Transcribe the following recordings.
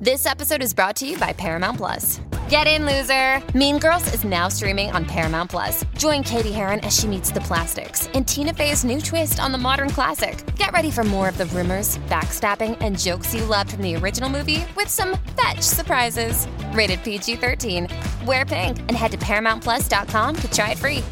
This episode is brought to you by Paramount Plus. Get in, loser! Mean Girls is now streaming on Paramount Plus. Join Katie Heron as she meets the plastics in Tina Fey's new twist on the modern classic. Get ready for more of the rumors, backstabbing, and jokes you loved from the original movie with some fetch surprises. Rated PG-13. Wear pink and head to ParamountPlus.com to try it free.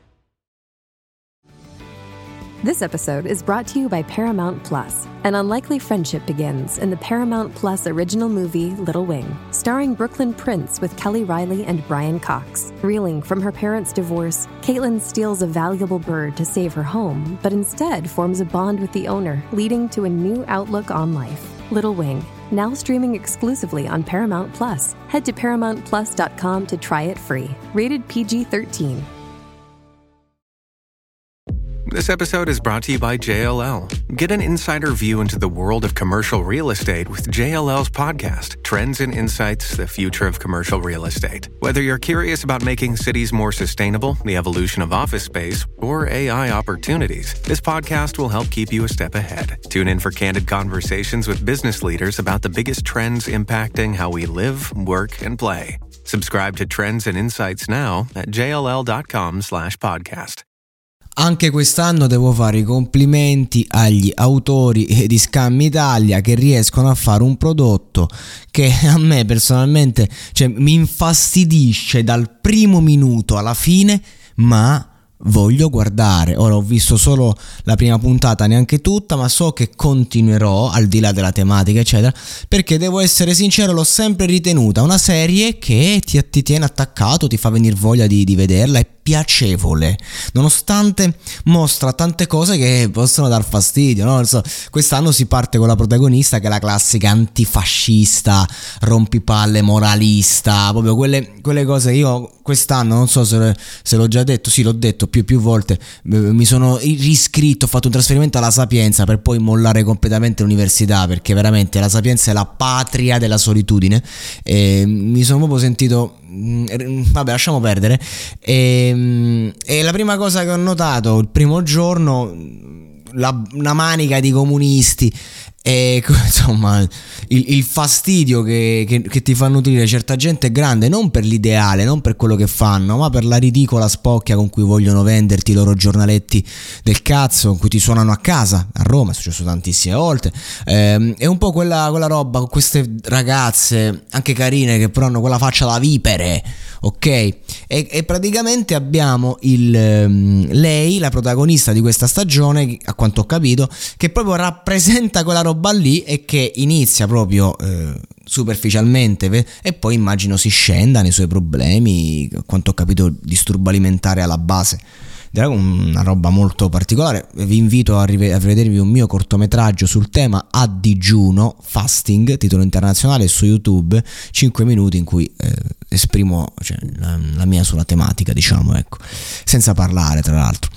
This episode is brought to you by Paramount Plus. An unlikely friendship begins in the Paramount Plus original movie Little Wing, starring Brooklyn Prince with Kelly Riley and Brian Cox. Reeling from her parents' divorce, Caitlin steals a valuable bird to save her home, but instead forms a bond with the owner, leading to a new outlook on life. Little Wing, now streaming exclusively on Paramount Plus. Head to ParamountPlus.com to try it free. Rated PG-13. This episode is brought to you by JLL. Get an insider view into the world of commercial real estate with JLL's podcast, Trends and Insights, the Future of Commercial Real Estate. Whether you're curious about making cities more sustainable, the evolution of office space, or AI opportunities, this podcast will help keep you a step ahead. Tune in for candid conversations with business leaders about the biggest trends impacting how we live, work, and play. Subscribe to Trends and Insights now at jll.com/podcast. Anche quest'anno devo fare i complimenti agli autori di Scam Italia che riescono a fare un prodotto che a me personalmente, mi infastidisce dal primo minuto alla fine, ma voglio guardare. Ora ho visto solo la prima puntata, neanche tutta, ma so che continuerò al di là della tematica eccetera, perché devo essere sincero, l'ho sempre ritenuta una serie che ti tiene attaccato, ti fa venire voglia di vederla, è piacevole, nonostante mostra tante cose che possono dar fastidio, no? Quest'anno si parte con la protagonista che è la classica antifascista, rompipalle moralista, proprio quelle cose. Io quest'anno, non so se l'ho già detto, sì l'ho detto più volte, mi sono riscritto, ho fatto un trasferimento alla Sapienza per poi mollare completamente l'università, perché veramente la Sapienza è la patria della solitudine, e mi sono proprio sentito vabbè, lasciamo perdere. E la prima cosa che ho notato il primo giorno, una manica di comunisti, e insomma il fastidio che ti fa nutrire certa gente è grande, non per l'ideale, non per quello che fanno, ma per la ridicola spocchia con cui vogliono venderti i loro giornaletti del cazzo, con cui ti suonano a casa. A Roma è successo tantissime volte. È un po' quella roba con queste ragazze anche carine che però hanno quella faccia da vipere, ok? E praticamente abbiamo lei, la protagonista di questa stagione, a quanto ho capito, che proprio rappresenta quella roba lì e che inizia proprio superficialmente e poi immagino si scenda nei suoi problemi, a quanto ho capito disturbo alimentare alla base. Una roba molto particolare. Vi invito a rivedervi un mio cortometraggio sul tema, A digiuno, fasting, titolo internazionale, su YouTube, 5 minuti in cui esprimo la mia sulla tematica, diciamo, ecco, senza parlare tra l'altro.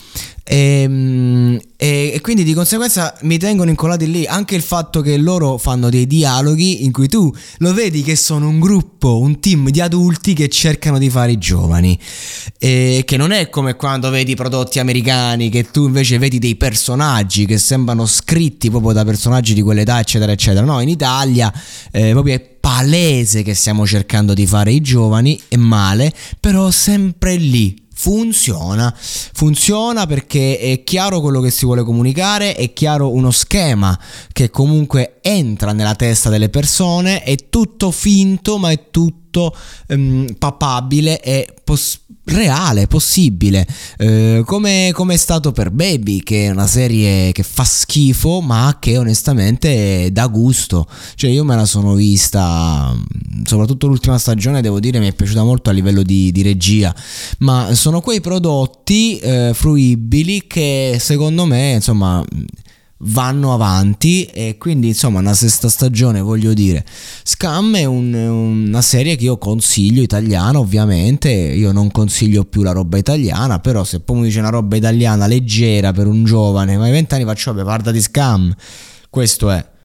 E quindi di conseguenza mi tengono incollati lì. Anche il fatto che loro fanno dei dialoghi in cui tu lo vedi che sono un gruppo, un team di adulti che cercano di fare i giovani, e che non è come quando vedi prodotti americani che tu invece vedi dei personaggi che sembrano scritti proprio da personaggi di quell'età eccetera eccetera. No, in Italia proprio è palese che stiamo cercando di fare i giovani, e male, però sempre lì. Funziona perché è chiaro quello che si vuole comunicare, è chiaro uno schema che comunque entra nella testa delle persone, è tutto finto ma è tutto papabile e reale, possibile, come è stato per Baby, che è una serie che fa schifo ma che onestamente dà gusto. Io me la sono vista, soprattutto l'ultima stagione, devo dire mi è piaciuta molto a livello di regia, ma sono quei prodotti fruibili che secondo me insomma vanno avanti, e quindi insomma una sesta stagione, voglio dire. Scam è una serie che io consiglio, italiana ovviamente. Io non consiglio più la roba italiana, però se poi mi dice una roba italiana leggera per un giovane, ma ai 20 anni faccio, vabbè, guarda di Scam, questo è.